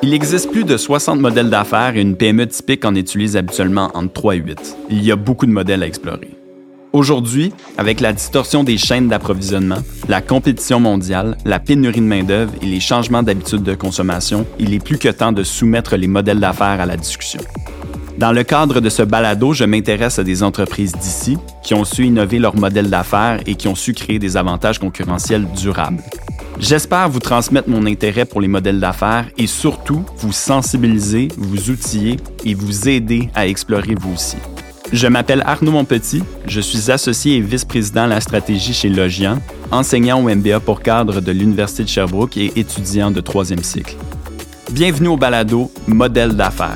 Il existe plus de 60 modèles d'affaires et une PME typique en utilise habituellement entre 3 et 8. Il y a beaucoup de modèles à explorer. Aujourd'hui, avec la distorsion des chaînes d'approvisionnement, la compétition mondiale, la pénurie de main-d'œuvre et les changements d'habitudes de consommation, il est plus que temps de soumettre les modèles d'affaires à la discussion. Dans le cadre de ce balado, je m'intéresse à des entreprises d'ici qui ont su innover leur modèle d'affaires et qui ont su créer des avantages concurrentiels durables. J'espère vous transmettre mon intérêt pour les modèles d'affaires et surtout vous sensibiliser, vous outiller et vous aider à explorer vous aussi. Je m'appelle Arnaud Monpetit, je suis associé et vice-président à la stratégie chez Logian, enseignant au MBA pour cadre de l'Université de Sherbrooke et étudiant de 3e cycle. Bienvenue au balado Modèles d'affaires.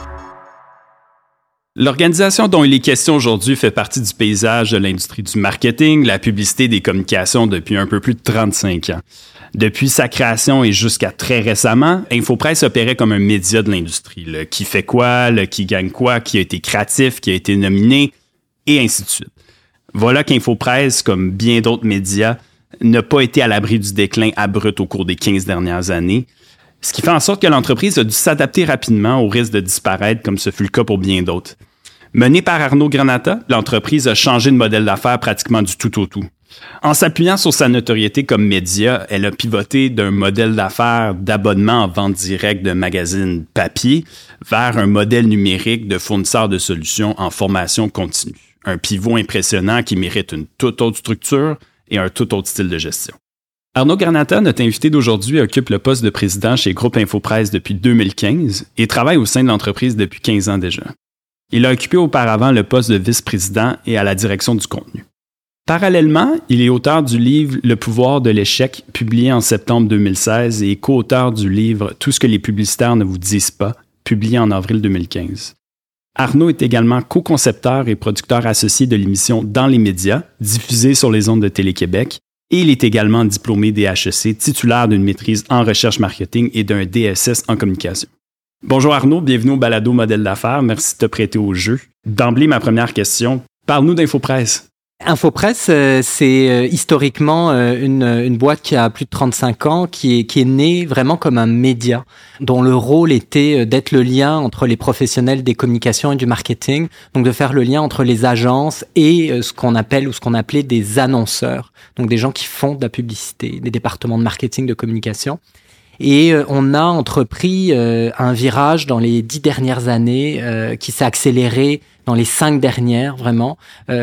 L'organisation dont il est question aujourd'hui fait partie du paysage de l'industrie du marketing, la publicité et des communications depuis un peu plus de 35 ans. Depuis sa création et jusqu'à très récemment, Infopresse opérait comme un média de l'industrie. Le qui fait quoi, le qui gagne quoi, qui a été créatif, qui a été nominé, et ainsi de suite. Voilà qu'Infopresse, comme bien d'autres médias, n'a pas été à l'abri du déclin abrupt au cours des 15 dernières années, ce qui fait en sorte que l'entreprise a dû s'adapter rapidement au risque de disparaître, comme ce fut le cas pour bien d'autres. Menée par Arnaud Granata, l'entreprise a changé de modèle d'affaires pratiquement du tout au tout. En s'appuyant sur sa notoriété comme média, elle a pivoté d'un modèle d'affaires d'abonnement en vente directe de magazines papier vers un modèle numérique de fournisseur de solutions en formation continue. Un pivot impressionnant qui mérite une toute autre structure et un tout autre style de gestion. Arnaud Granata, notre invité d'aujourd'hui, occupe le poste de président chez Groupe Infopresse depuis 2015 et travaille au sein de l'entreprise depuis 15 ans déjà. Il a occupé auparavant le poste de vice-président et à la direction du contenu. Parallèlement, il est auteur du livre « Le pouvoir de l'échec » publié en septembre 2016 et co-auteur du livre « Tout ce que les publicitaires ne vous disent pas » publié en avril 2015. Arnaud est également co-concepteur et producteur associé de l'émission « Dans les médias » diffusée sur les ondes de Télé-Québec et il est également diplômé des HEC, titulaire d'une maîtrise en recherche marketing et d'un DSS en communication. Bonjour Arnaud, bienvenue au balado Modèle d'affaires. Merci de te prêter au jeu. D'emblée, ma première question. Parle-nous d'Infopresse. Infopresse, c'est historiquement une boîte qui a plus de 35 ans, qui est née vraiment comme un média, dont le rôle était d'être le lien entre les professionnels des communications et du marketing, donc de faire le lien entre les agences et ce qu'on appelait des annonceurs, donc des gens qui font de la publicité, des départements de marketing, de communication. Et on a entrepris un virage dans les 10 dernières années qui s'est accéléré dans les 5 dernières, vraiment,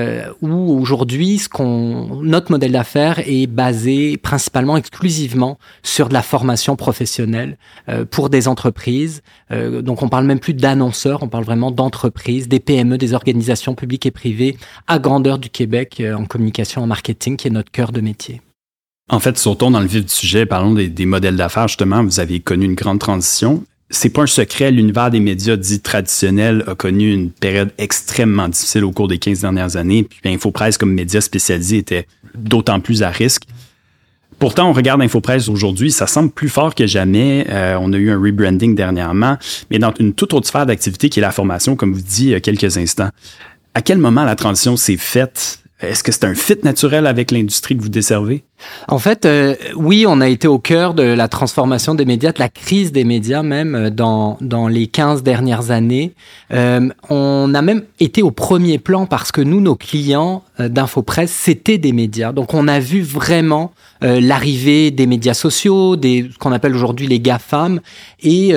où aujourd'hui, notre modèle d'affaires est basé principalement, exclusivement sur de la formation professionnelle pour des entreprises. Donc, on parle même plus d'annonceurs, on parle vraiment d'entreprises, des PME, des organisations publiques et privées à grandeur du Québec en communication, en marketing, qui est notre cœur de métier. En fait, sautons dans le vif du sujet, parlons des modèles d'affaires. Justement, vous avez connu une grande transition. C'est pas un secret, l'univers des médias dits traditionnels a connu une période extrêmement difficile au cours des 15 dernières années. Puis Infopresse comme média spécialisé était d'autant plus à risque. Pourtant, on regarde Infopresse aujourd'hui, ça semble plus fort que jamais. On a eu un rebranding dernièrement, mais dans une toute autre sphère d'activité qui est la formation, comme vous dites il y a quelques instants. À quel moment la transition s'est faite? Est-ce que c'est un fit naturel avec l'industrie que vous desservez? En fait, oui, on a été au cœur de la transformation des médias, de la crise des médias même dans les 15 dernières années. On a même été au premier plan parce que nous, nos clients d'Infopresse, c'était des médias. Donc, on a vu vraiment l'arrivée des médias sociaux, ce qu'on appelle aujourd'hui les GAFAM, et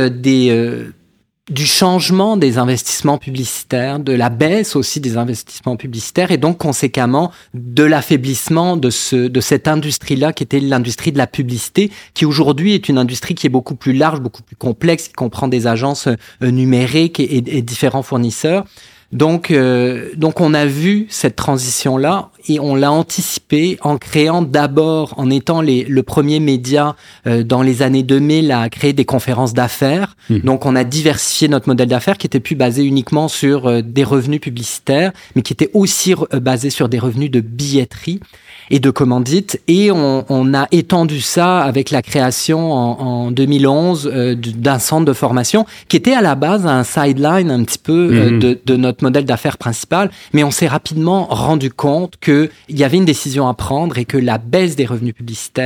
du changement des investissements publicitaires, de la baisse aussi des investissements publicitaires et donc conséquemment de l'affaiblissement de cette industrie-là qui était l'industrie de la publicité, qui aujourd'hui est une industrie qui est beaucoup plus large, beaucoup plus complexe, qui comprend des agences numériques et différents fournisseurs. Donc on a vu cette transition-là et on l'a anticipée en créant d'abord, en étant le premier média dans les années 2000 à créer des conférences d'affaires. Donc on a diversifié notre modèle d'affaires qui était plus basé uniquement sur des revenus publicitaires, mais qui était aussi basé sur des revenus de billetterie et de commandite. Et on a étendu ça avec la création en 2011 d'un centre de formation qui était à la base un sideline un petit peu de notre modèle d'affaires principal. Mais on s'est rapidement rendu compte qu'il y avait une décision à prendre et que la baisse des revenus publicitaires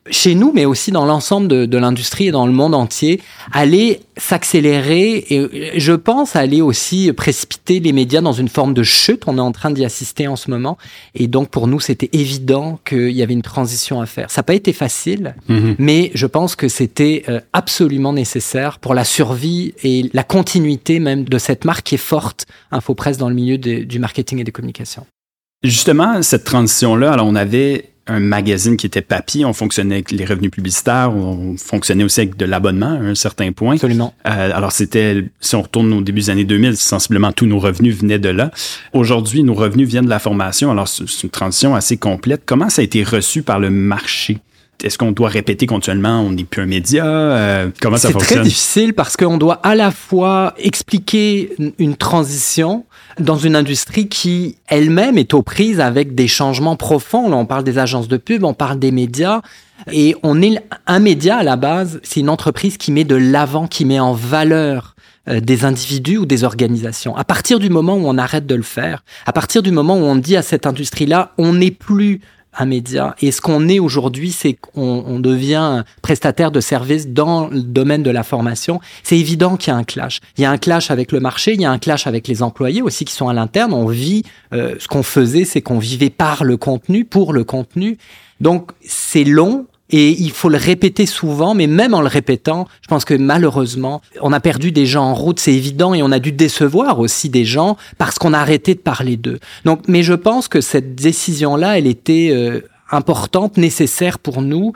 chez nous, mais aussi dans l'ensemble de l'industrie et dans le monde entier, allait s'accélérer et je pense aller aussi précipiter les médias dans une forme de chute. On est en train d'y assister en ce moment. Et donc, pour nous, c'était évident qu'il y avait une transition à faire. Ça n'a pas été facile, mais je pense que c'était absolument nécessaire pour la survie et la continuité même de cette marque qui est forte, Infopresse, dans le milieu du marketing et des communications. Justement, cette transition-là, alors on avait un magazine qui était papier, on fonctionnait avec les revenus publicitaires, on fonctionnait aussi avec de l'abonnement à un certain point. Absolument. Alors c'était, si on retourne au début des années 2000, sensiblement tous nos revenus venaient de là. Aujourd'hui, nos revenus viennent de la formation, alors c'est une transition assez complète. Comment ça a été reçu par le marché? Est-ce qu'on doit répéter continuellement, on n'est plus un média? Comment ça fonctionne? C'est très difficile parce qu'on doit à la fois expliquer une transition dans une industrie qui elle-même est aux prises avec des changements profonds. Là, on parle des agences de pub, on parle des médias. Et on est un média à la base, c'est une entreprise qui met de l'avant, qui met en valeur des individus ou des organisations. À partir du moment où on arrête de le faire, à partir du moment où on dit à cette industrie-là, on n'est plus un média. Et ce qu'on est aujourd'hui, c'est qu'on devient prestataire de services dans le domaine de la formation. C'est évident qu'il y a un clash. Il y a un clash avec le marché, il y a un clash avec les employés aussi qui sont à l'interne. On vit, ce qu'on faisait, c'est qu'on vivait par le contenu, pour le contenu. Donc, c'est long. Et il faut le répéter souvent, mais même en le répétant, je pense que malheureusement, on a perdu des gens en route, c'est évident, et on a dû décevoir aussi des gens parce qu'on a arrêté de parler d'eux. Donc, mais je pense que cette décision-là, elle était importante, nécessaire pour nous.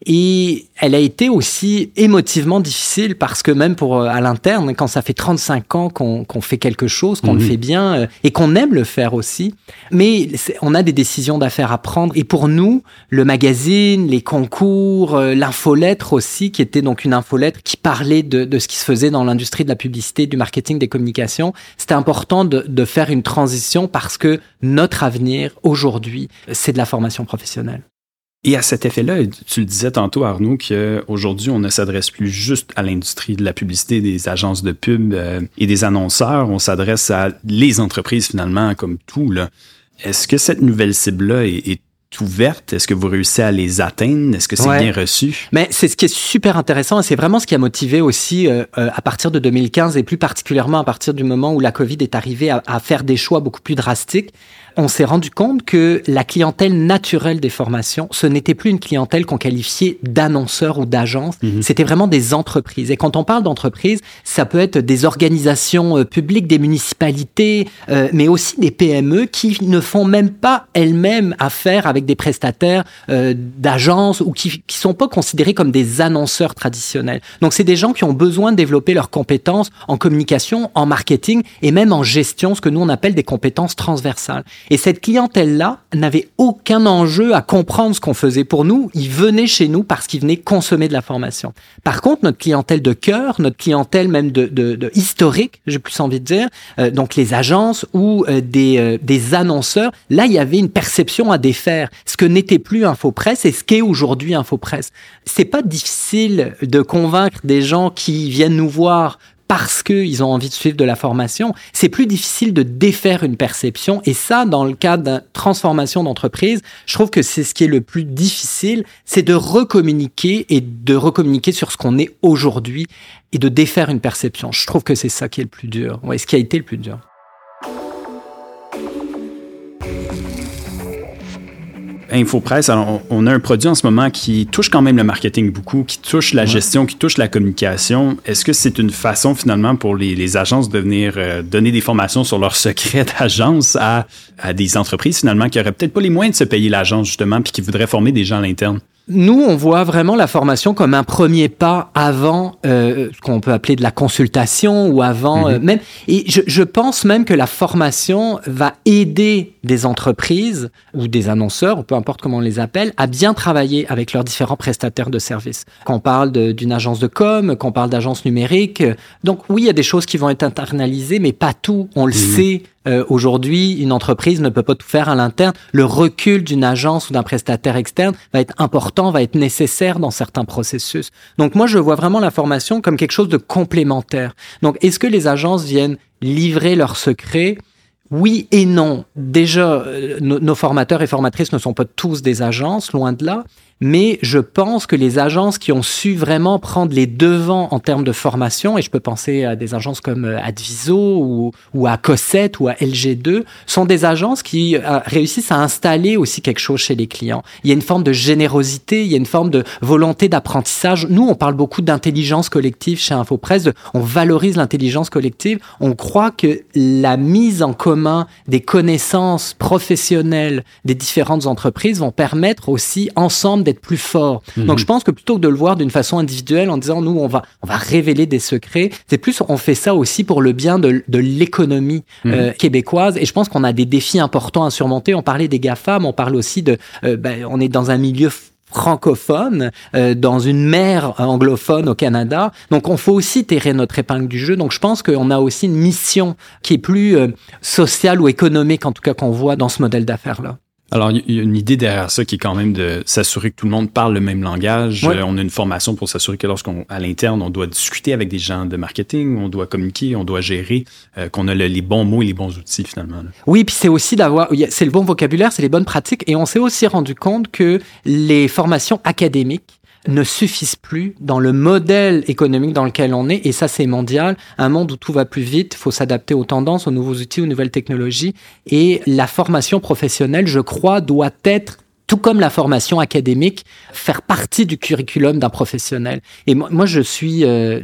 Et elle a été aussi émotivement difficile parce que même pour à l'interne, quand ça fait 35 ans qu'on fait quelque chose, qu'on le fait bien et qu'on aime le faire aussi, mais on a des décisions d'affaires à prendre. Et pour nous, le magazine, les concours, l'infolettre aussi, qui était donc une infolettre qui parlait de ce qui se faisait dans l'industrie de la publicité, du marketing, des communications, c'était important de faire une transition parce que notre avenir aujourd'hui, c'est de la formation professionnelle. Et à cet effet-là, tu le disais tantôt, Arnaud, qu'aujourd'hui, on ne s'adresse plus juste à l'industrie de la publicité, des agences de pub et des annonceurs. On s'adresse à les entreprises, finalement, comme tout, là. Est-ce que cette nouvelle cible-là est ouverte? Est-ce que vous réussissez à les atteindre? Est-ce que c'est bien reçu? Mais c'est ce qui est super intéressant et c'est vraiment ce qui a motivé aussi à partir de 2015 et plus particulièrement à partir du moment où la Covid est arrivée à faire des choix beaucoup plus drastiques. On s'est rendu compte que la clientèle naturelle des formations, ce n'était plus une clientèle qu'on qualifiait d'annonceurs ou d'agences, c'était vraiment des entreprises. Et quand on parle d'entreprises, ça peut être des organisations publiques, des municipalités, mais aussi des PME qui ne font même pas elles-mêmes affaire avec des prestataires d'agences ou qui sont pas considérés comme des annonceurs traditionnels. Donc, c'est des gens qui ont besoin de développer leurs compétences en communication, en marketing et même en gestion, ce que nous on appelle des compétences transversales. Et cette clientèle-là n'avait aucun enjeu à comprendre ce qu'on faisait pour nous. Ils venaient chez nous parce qu'ils venaient consommer de la formation. Par contre, notre clientèle de cœur, notre clientèle même de historique, j'ai plus envie de dire, donc les agences ou des annonceurs, là, il y avait une perception à défaire. Ce que n'était plus Infopresse et ce qu'est aujourd'hui Infopresse. C'est pas difficile de convaincre des gens qui viennent nous voir parce qu'ils ont envie de suivre de la formation, c'est plus difficile de défaire une perception. Et ça, dans le cadre d'une transformation d'entreprise, je trouve que c'est ce qui est le plus difficile, c'est de recommuniquer et de recommuniquer sur ce qu'on est aujourd'hui et de défaire une perception. Je trouve que c'est ça qui est le plus dur, ce qui a été le plus dur. Infopresse, alors on a un produit en ce moment qui touche quand même le marketing beaucoup, qui touche la gestion, qui touche la communication. Est-ce que c'est une façon finalement pour les agences de venir donner des formations sur leurs secrets d'agence à des entreprises finalement qui n'auraient peut-être pas les moyens de se payer l'agence justement puis qui voudraient former des gens à l'interne? Nous, on voit vraiment la formation comme un premier pas avant ce qu'on peut appeler de la consultation ou avant même. Et je pense même que la formation va aider des entreprises ou des annonceurs, ou peu importe comment on les appelle, à bien travailler avec leurs différents prestataires de services. Quand on parle d'une agence de com, quand on parle d'agence numérique. Donc oui, il y a des choses qui vont être internalisées, mais pas tout. On le sait. Aujourd'hui, une entreprise ne peut pas tout faire à l'interne. Le recul d'une agence ou d'un prestataire externe va être important, va être nécessaire dans certains processus. Donc moi, je vois vraiment la formation comme quelque chose de complémentaire. Donc, est-ce que les agences viennent livrer leurs secrets ? Oui et non. Déjà, nos formateurs et formatrices ne sont pas tous des agences, loin de là. mais je pense que les agences qui ont su vraiment prendre les devants en termes de formation, et je peux penser à des agences comme Adviso ou à Cossette ou à LG2, sont des agences qui réussissent à installer aussi quelque chose chez les clients. Il y a une forme de générosité, il y a une forme de volonté d'apprentissage. Nous, on parle beaucoup d'intelligence collective chez Infopresse, on valorise l'intelligence collective. On croit que la mise en commun des connaissances professionnelles des différentes entreprises vont permettre aussi ensemble d'être plus forts. Donc je pense que plutôt que de le voir d'une façon individuelle en disant nous on va révéler des secrets, c'est plus on fait ça aussi pour le bien de l'économie québécoise, et je pense qu'on a des défis importants à surmonter. On parlait des GAFAM, on parle aussi on est dans un milieu francophone, dans une mer anglophone au Canada. Donc, on faut aussi tirer notre épingle du jeu. Donc, je pense qu'on a aussi une mission qui est plus sociale ou économique, en tout cas, qu'on voit dans ce modèle d'affaires-là. Alors, il y a une idée derrière ça qui est quand même de s'assurer que tout le monde parle le même langage. Ouais. On a une formation pour s'assurer que à l'interne, on doit discuter avec des gens de marketing, on doit communiquer, on doit gérer, qu'on a les bons mots et les bons outils finalement. Là. Oui, puis c'est aussi c'est le bon vocabulaire, c'est les bonnes pratiques, et on s'est aussi rendu compte que les formations académiques ne suffisent plus dans le modèle économique dans lequel on est, et ça c'est mondial, un monde où tout va plus vite, il faut s'adapter aux tendances, aux nouveaux outils, aux nouvelles technologies, et la formation professionnelle, je crois, doit être, tout comme la formation académique, faire partie du curriculum d'un professionnel. Et moi je suis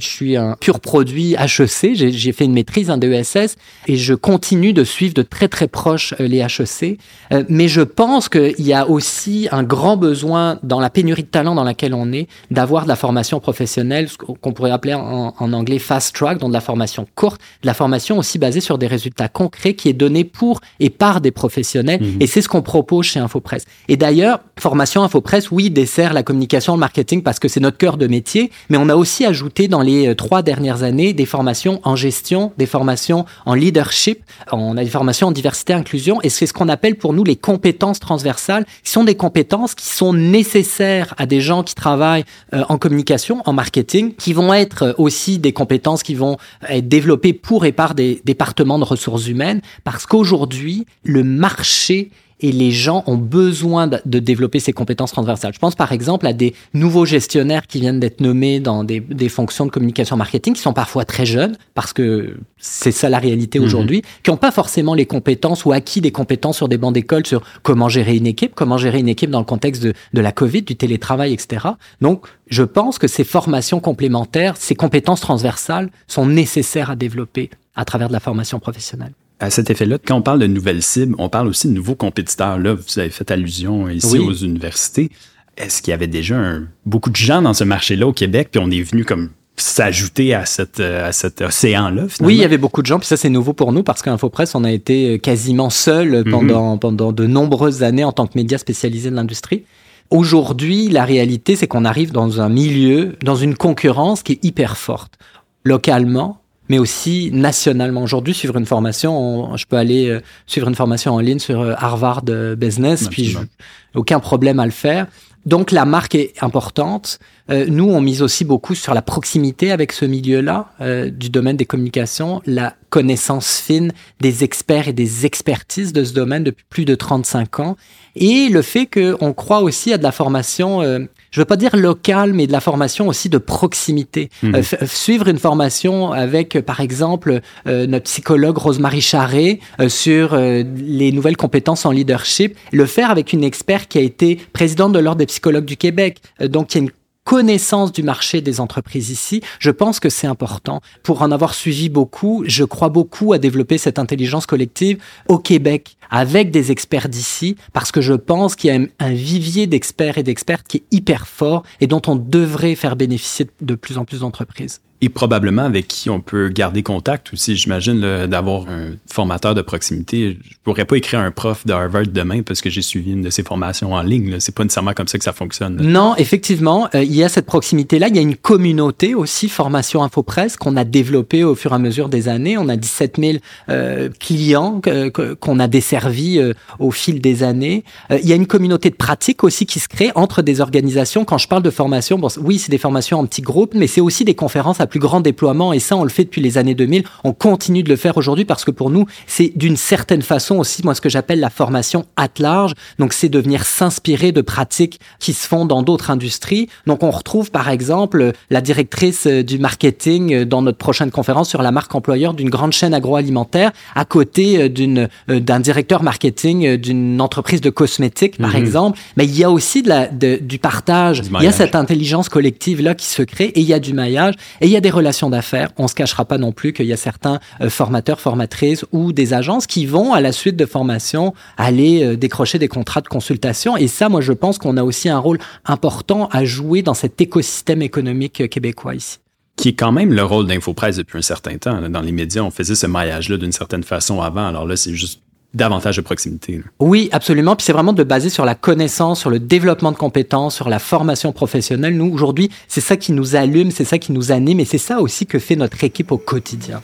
un pur produit HEC, j'ai fait une maîtrise, un DESS, et je continue de suivre de très très proche les HEC, mais je pense qu'il y a aussi un grand besoin, dans la pénurie de talent dans laquelle on est, d'avoir de la formation professionnelle, ce qu'on pourrait appeler en anglais fast track, donc de la formation courte, de la formation aussi basée sur des résultats concrets qui est donnée pour et par des professionnels, et c'est ce qu'on propose chez Infopresse. Et d'ailleurs, formation Infopresse, oui, dessert la communication, le marketing, parce que c'est notre cœur de métier, mais on a aussi ajouté dans les 3 dernières années des formations en gestion, des formations en leadership, on a des formations en diversité et inclusion, et c'est ce qu'on appelle pour nous les compétences transversales, qui sont des compétences qui sont nécessaires à des gens qui travaillent en communication, en marketing, qui vont être aussi des compétences qui vont être développées pour et par des départements de ressources humaines, parce qu'aujourd'hui, le marché et les gens ont besoin de développer ces compétences transversales. Je pense par exemple à des nouveaux gestionnaires qui viennent d'être nommés dans des fonctions de communication marketing, qui sont parfois très jeunes, parce que c'est ça la réalité aujourd'hui, qui n'ont pas forcément les compétences ou acquis des compétences sur des bancs d'école sur comment gérer une équipe dans le contexte de la COVID, du télétravail, etc. Donc, je pense que ces formations complémentaires, ces compétences transversales sont nécessaires à développer à travers de la formation professionnelle. À cet effet-là, quand on parle de nouvelles cibles, on parle aussi de nouveaux compétiteurs. Là, vous avez fait allusion ici aux universités. Est-ce qu'il y avait déjà beaucoup de gens dans ce marché-là au Québec, puis on est venu comme s'ajouter à cet océan-là, finalement? Oui, il y avait beaucoup de gens, puis ça, c'est nouveau pour nous, parce qu'à Infopresse, on a été quasiment seul pendant de nombreuses années en tant que média spécialisé de l'industrie. Aujourd'hui, la réalité, c'est qu'on arrive dans un milieu, dans une concurrence qui est hyper forte, localement, mais aussi nationalement. Aujourd'hui, suivre une formation, je peux aller suivre une formation en ligne sur Harvard Business, puis aucun problème à le faire. Donc, la marque est importante. Nous, on mise aussi beaucoup sur la proximité avec ce milieu-là, du domaine des communications, la connaissance fine des experts et des expertises de ce domaine depuis plus de 35 ans. Et le fait qu'on croit aussi à de la formation, je veux pas dire locale, mais de la formation aussi de proximité. Suivre une formation avec, par exemple, notre psychologue Rosemary Charret sur les nouvelles compétences en leadership, le faire avec une experte qui a été présidente de l'Ordre des psychologues du Québec. Donc, il y a une connaissance du marché des entreprises ici, je pense que c'est important. Pour en avoir suivi beaucoup, je crois beaucoup à développer cette intelligence collective au Québec, avec des experts d'ici, parce que je pense qu'il y a un vivier d'experts et d'expertes qui est hyper fort et dont on devrait faire bénéficier de plus en plus d'entreprises. Et probablement avec qui on peut garder contact aussi. J'imagine d'avoir un formateur de proximité. Je pourrais pas écrire un prof de Harvard demain parce que j'ai suivi une de ces formations en ligne. Là. C'est pas nécessairement comme ça que ça fonctionne. Là. Non, effectivement, il y a cette proximité-là. Il y a une communauté aussi, Formation Infopresse, qu'on a développée au fur et à mesure des années. On a 17 000 clients qu'on a desservis au fil des années. Il y a une communauté de pratique aussi qui se crée entre des organisations. Quand je parle de formation, bon, oui, c'est des formations en petits groupes, mais c'est aussi des conférences à plus grand déploiement. Et ça, on le fait depuis les années 2000. On continue de le faire aujourd'hui parce que pour nous, c'est d'une certaine façon aussi, moi, ce que j'appelle la formation at large. Donc, c'est de venir s'inspirer de pratiques qui se font dans d'autres industries. Donc, on retrouve, par exemple, la directrice du marketing dans notre prochaine conférence sur la marque employeur d'une grande chaîne agroalimentaire à côté d'un directeur marketing d'une entreprise de cosmétiques, par exemple. Mais il y a aussi du partage. Il y a cette intelligence collective-là qui se crée et il y a du maillage et il y a des relations d'affaires. On se cachera pas non plus qu'il y a certains formateurs, formatrices ou des agences qui vont, à la suite de formation, aller décrocher des contrats de consultation. Et ça, moi, je pense qu'on a aussi un rôle important à jouer dans cet écosystème économique québécois ici. Qui est quand même le rôle d'Infopresse depuis un certain temps. Dans les médias, on faisait ce maillage-là d'une certaine façon avant. Alors là, c'est juste davantage de proximité. Oui, absolument. Puis c'est vraiment de baser sur la connaissance, sur le développement de compétences, sur la formation professionnelle. Nous, aujourd'hui, c'est ça qui nous allume, c'est ça qui nous anime et c'est ça aussi que fait notre équipe au quotidien.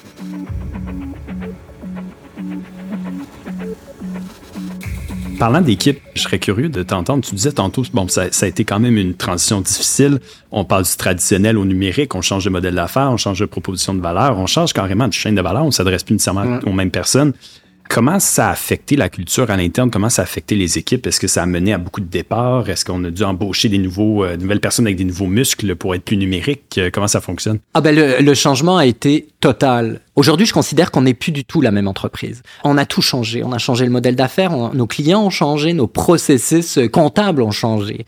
Parlant d'équipe, je serais curieux de t'entendre. Tu disais tantôt, bon, ça a été quand même une transition difficile. On passe du traditionnel au numérique, on change de modèle d'affaires, on change de proposition de valeur, on change carrément de chaîne de valeur, on ne s'adresse plus nécessairement aux mêmes personnes. Comment ça a affecté la culture à l'interne? Comment ça a affecté les équipes? Est-ce que ça a mené à beaucoup de départs? Est-ce qu'on a dû embaucher des nouvelles personnes avec des nouveaux muscles pour être plus numérique? Comment ça fonctionne? Le changement a été total. Aujourd'hui, je considère qu'on n'est plus du tout la même entreprise. On a tout changé. On a changé le modèle d'affaires, nos clients ont changé, nos processus comptables ont changé.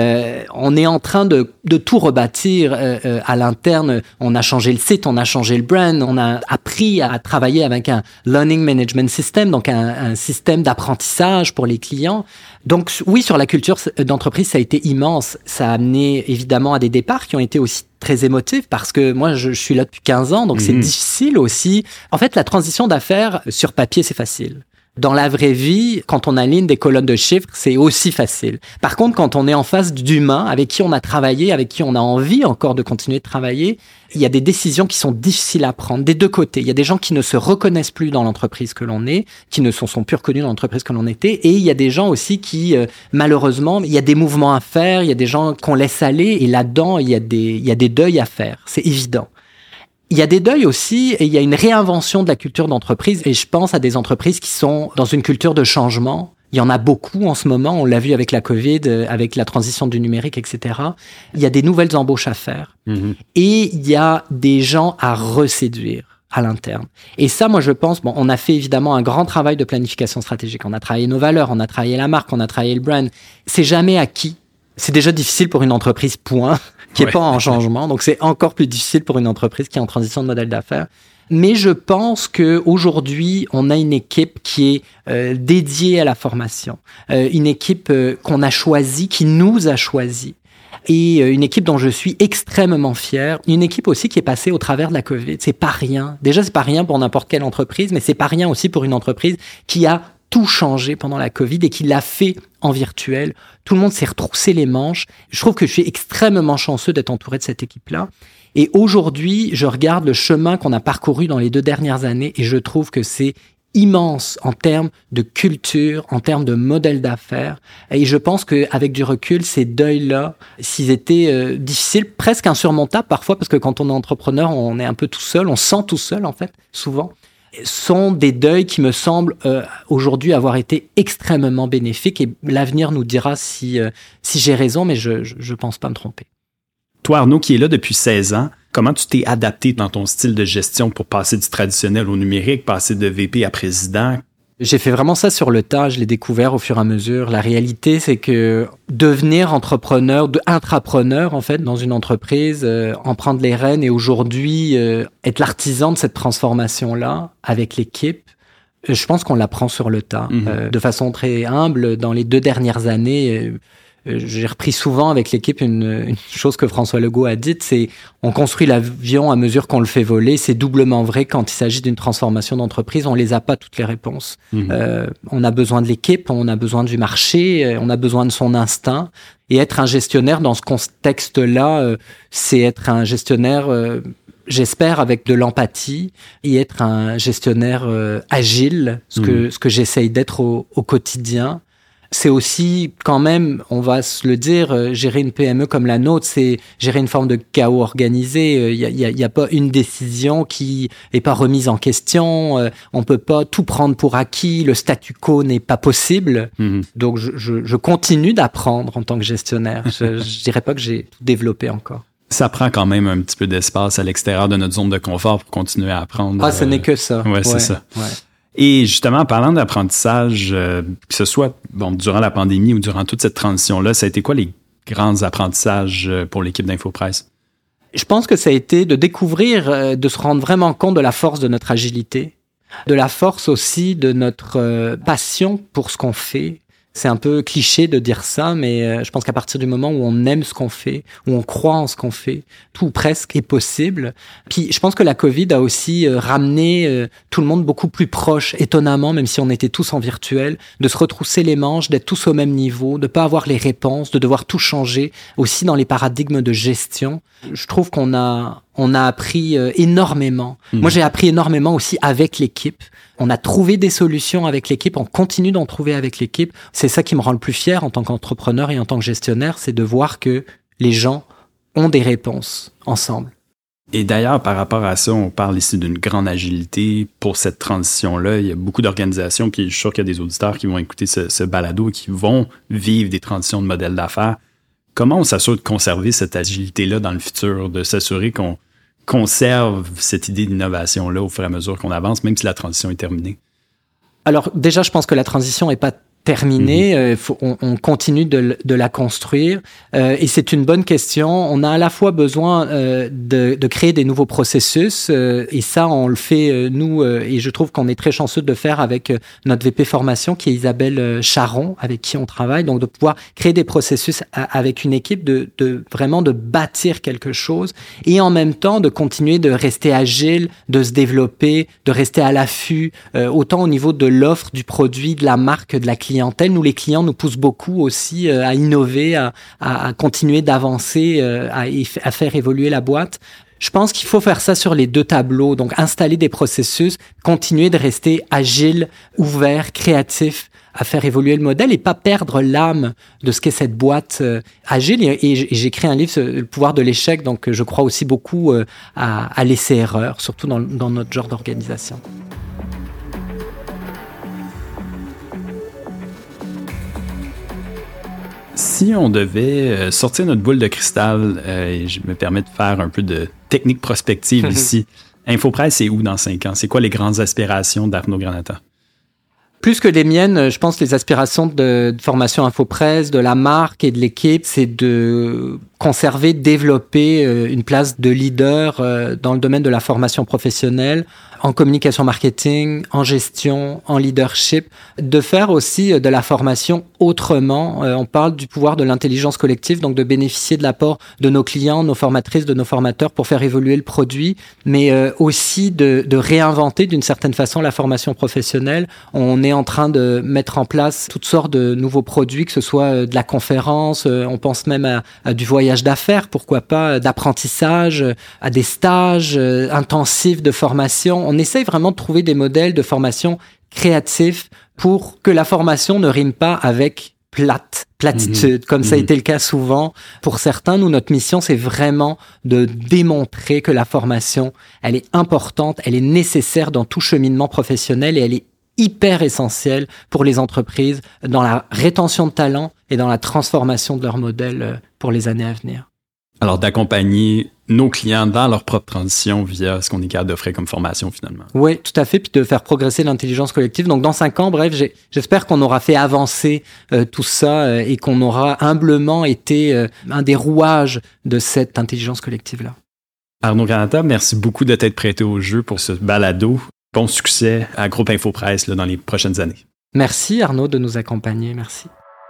On est en train de tout rebâtir à l'interne. On a changé le site, on a changé le brand, on a appris à travailler avec un learning management system, donc un système d'apprentissage pour les clients. Donc oui, sur la culture d'entreprise, ça a été immense. Ça a amené évidemment à des départs qui ont été aussi très émotifs parce que moi, je suis là depuis 15 ans, donc c'est difficile aussi. En fait, la transition d'affaires, sur papier, c'est facile. Dans la vraie vie, quand on aligne des colonnes de chiffres, c'est aussi facile. Par contre, quand on est en face d'humains avec qui on a travaillé, avec qui on a envie encore de continuer de travailler, il y a des décisions qui sont difficiles à prendre des deux côtés. Il y a des gens qui ne se reconnaissent plus dans l'entreprise que l'on est, qui ne sont plus reconnus dans l'entreprise que l'on était, et il y a des gens aussi qui, malheureusement, il y a des mouvements à faire, il y a des gens qu'on laisse aller, et là-dedans, il y a des deuils à faire. C'est évident. Il y a des deuils aussi et il y a une réinvention de la culture d'entreprise et je pense à des entreprises qui sont dans une culture de changement. Il y en a beaucoup en ce moment, on l'a vu avec la Covid, avec la transition du numérique, etc. Il y a des nouvelles embauches à faire et il y a des gens à reséduire à l'interne. Et ça, moi, je pense, on a fait évidemment un grand travail de planification stratégique. On a travaillé nos valeurs, on a travaillé la marque, on a travaillé le brand. C'est jamais acquis. C'est déjà difficile pour une entreprise, point, qui n'est pas en changement. Donc, c'est encore plus difficile pour une entreprise qui est en transition de modèle d'affaires. Mais je pense qu'aujourd'hui, on a une équipe qui est dédiée à la formation. Une équipe qu'on a choisie, qui nous a choisis. Et une équipe dont je suis extrêmement fier. Une équipe aussi qui est passée au travers de la Covid. C'est pas rien. Déjà, c'est pas rien pour n'importe quelle entreprise, mais c'est pas rien aussi pour une entreprise qui a tout changé pendant la Covid et qui l'a fait en virtuel. Tout le monde s'est retroussé les manches. Je trouve que je suis extrêmement chanceux d'être entouré de cette équipe-là. Et aujourd'hui, je regarde le chemin qu'on a parcouru dans les 2 dernières années et je trouve que c'est immense en termes de culture, en termes de modèle d'affaires. Et je pense qu'avec du recul, ces deuils-là, s'ils étaient difficiles, presque insurmontables parfois, parce que quand on est entrepreneur, on est un peu tout seul, on se sent tout seul en fait, souvent, sont des deuils qui me semblent aujourd'hui avoir été extrêmement bénéfiques et l'avenir nous dira si j'ai raison, mais je pense pas me tromper. Toi, Arnaud, qui est là depuis 16 ans, comment tu t'es adapté dans ton style de gestion pour passer du traditionnel au numérique, passer de VP à président? J'ai fait vraiment ça sur le tas, je l'ai découvert au fur et à mesure. La réalité, c'est que devenir intrapreneur, en fait, dans une entreprise, en prendre les rênes et aujourd'hui être l'artisan de cette transformation-là avec l'équipe, je pense qu'on l'apprend sur le tas. De façon très humble, dans les 2 dernières années, j'ai repris souvent avec l'équipe une chose que François Legault a dite, c'est on construit l'avion à mesure qu'on le fait voler. C'est doublement vrai quand il s'agit d'une transformation d'entreprise. On les a pas toutes les réponses. On a besoin de l'équipe, on a besoin du marché, on a besoin de son instinct. Et être un gestionnaire dans ce contexte-là, c'est être un gestionnaire, j'espère, avec de l'empathie et être un gestionnaire agile, ce que j'essaye d'être au quotidien. c'est aussi quand même, on va se le dire, gérer une PME comme la nôtre, c'est gérer une forme de chaos organisé. Il y a pas une décision qui est pas remise en question. On peut pas tout prendre pour acquis. Le statu quo n'est pas possible. Donc je continue d'apprendre en tant que gestionnaire. Je dirais pas que j'ai tout développé encore. Ça prend quand même un petit peu d'espace à l'extérieur de notre zone de confort pour continuer à apprendre. Ah, ce n'est que ça. Ouais, c'est ça. Ouais. Et justement, en parlant d'apprentissage, que ce soit durant la pandémie ou durant toute cette transition-là, ça a été quoi les grands apprentissages pour l'équipe d'Infopresse? Je pense que ça a été de découvrir, de se rendre vraiment compte de la force de notre agilité, de la force aussi de notre passion pour ce qu'on fait. C'est un peu cliché de dire ça, mais je pense qu'à partir du moment où on aime ce qu'on fait, où on croit en ce qu'on fait, tout ou presque est possible. Puis je pense que la Covid a aussi ramené tout le monde beaucoup plus proche, étonnamment, même si on était tous en virtuel, de se retrousser les manches, d'être tous au même niveau, de pas avoir les réponses, de devoir tout changer, aussi dans les paradigmes de gestion. Je trouve qu'on a appris énormément. Moi, j'ai appris énormément aussi avec l'équipe. On a trouvé des solutions avec l'équipe, on continue d'en trouver avec l'équipe. C'est ça qui me rend le plus fier en tant qu'entrepreneur et en tant que gestionnaire, c'est de voir que les gens ont des réponses ensemble. Et d'ailleurs, par rapport à ça, on parle ici d'une grande agilité pour cette transition-là. Il y a beaucoup d'organisations, puis je suis sûr qu'il y a des auditeurs qui vont écouter ce balado et qui vont vivre des transitions de modèles d'affaires. Comment on s'assure de conserver cette agilité-là dans le futur, de s'assurer qu'on conserve cette idée d'innovation-là au fur et à mesure qu'on avance, même si la transition est terminée? Alors, déjà, je pense que la transition n'est pas terminée. On continue de la construire. Et c'est une bonne question. On a à la fois besoin de créer des nouveaux processus. Et ça, on le fait, nous. Et je trouve qu'on est très chanceux de le faire avec notre VP formation, qui est Isabelle Charon, avec qui on travaille. Donc, de pouvoir créer des processus avec une équipe, vraiment de bâtir quelque chose. Et en même temps, de continuer de rester agile, de se développer, de rester à l'affût, autant au niveau de l'offre, du produit, de la marque, de la clientèle. Nous, les clients nous poussent beaucoup aussi à innover, à continuer d'avancer, à faire évoluer la boîte. Je pense qu'il faut faire ça sur les deux tableaux, donc installer des processus, continuer de rester agile, ouvert, créatif, à faire évoluer le modèle et pas perdre l'âme de ce qu'est cette boîte agile. Et j'ai écrit un livre, Le pouvoir de l'échec, donc je crois aussi beaucoup à l'essai-erreur, surtout dans notre genre d'organisation. Si on devait sortir notre boule de cristal, et je me permets de faire un peu de technique prospective ici, Infopresse, c'est où dans 5 ans? C'est quoi les grandes aspirations d'Arnaud Granata? Plus que les miennes, je pense que les aspirations de formation Infopresse, de la marque et de l'équipe, c'est de conserver, développer une place de leader dans le domaine de la formation professionnelle, en communication marketing, en gestion, en leadership, de faire aussi de la formation autrement. On parle du pouvoir de l'intelligence collective, donc de bénéficier de l'apport de nos clients, nos formatrices, de nos formateurs pour faire évoluer le produit, mais aussi de réinventer d'une certaine façon la formation professionnelle. On est en train de mettre en place toutes sortes de nouveaux produits, que ce soit de la conférence, on pense même à du voyage d'affaires, pourquoi pas, d'apprentissage, à des stages intensifs de formation. On essaye vraiment de trouver des modèles de formation créatifs pour que la formation ne rime pas avec platitude, comme ça a été le cas souvent. Pour certains, nous, notre mission, c'est vraiment de démontrer que la formation, elle est importante, elle est nécessaire dans tout cheminement professionnel et elle est hyper essentielle pour les entreprises dans la rétention de talents et dans la transformation de leur modèle pour les années à venir. Alors, d'accompagner nos clients dans leur propre transition via ce qu'on est capable d'offrir comme formation, finalement. Oui, tout à fait, puis de faire progresser l'intelligence collective. Donc, dans 5 ans, bref, j'espère qu'on aura fait avancer tout ça et qu'on aura humblement été un des rouages de cette intelligence collective-là. Arnaud Granata, merci beaucoup de t'être prêté au jeu pour ce balado. Bon succès à Groupe Infopresse dans les prochaines années. Merci Arnaud de nous accompagner, merci.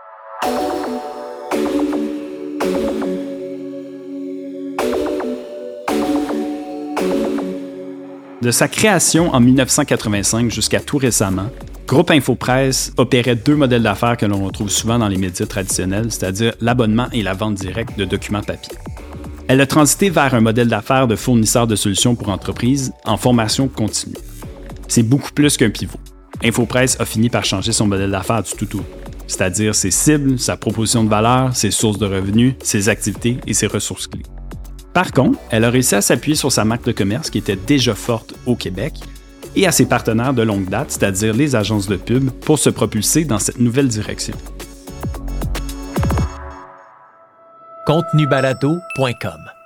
De sa création en 1985 jusqu'à tout récemment, Groupe Infopresse opérait 2 modèles d'affaires que l'on retrouve souvent dans les médias traditionnels, c'est-à-dire l'abonnement et la vente directe de documents papier. Elle a transité vers un modèle d'affaires de fournisseur de solutions pour entreprises en formation continue. C'est beaucoup plus qu'un pivot. Infopresse a fini par changer son modèle d'affaires du tout au. c'est-à-dire ses cibles, sa proposition de valeur, ses sources de revenus, ses activités et ses ressources clés. Par contre, elle a réussi à s'appuyer sur sa marque de commerce qui était déjà forte au Québec et à ses partenaires de longue date, c'est-à-dire les agences de pub, pour se propulser dans cette nouvelle direction. Contenubalado.com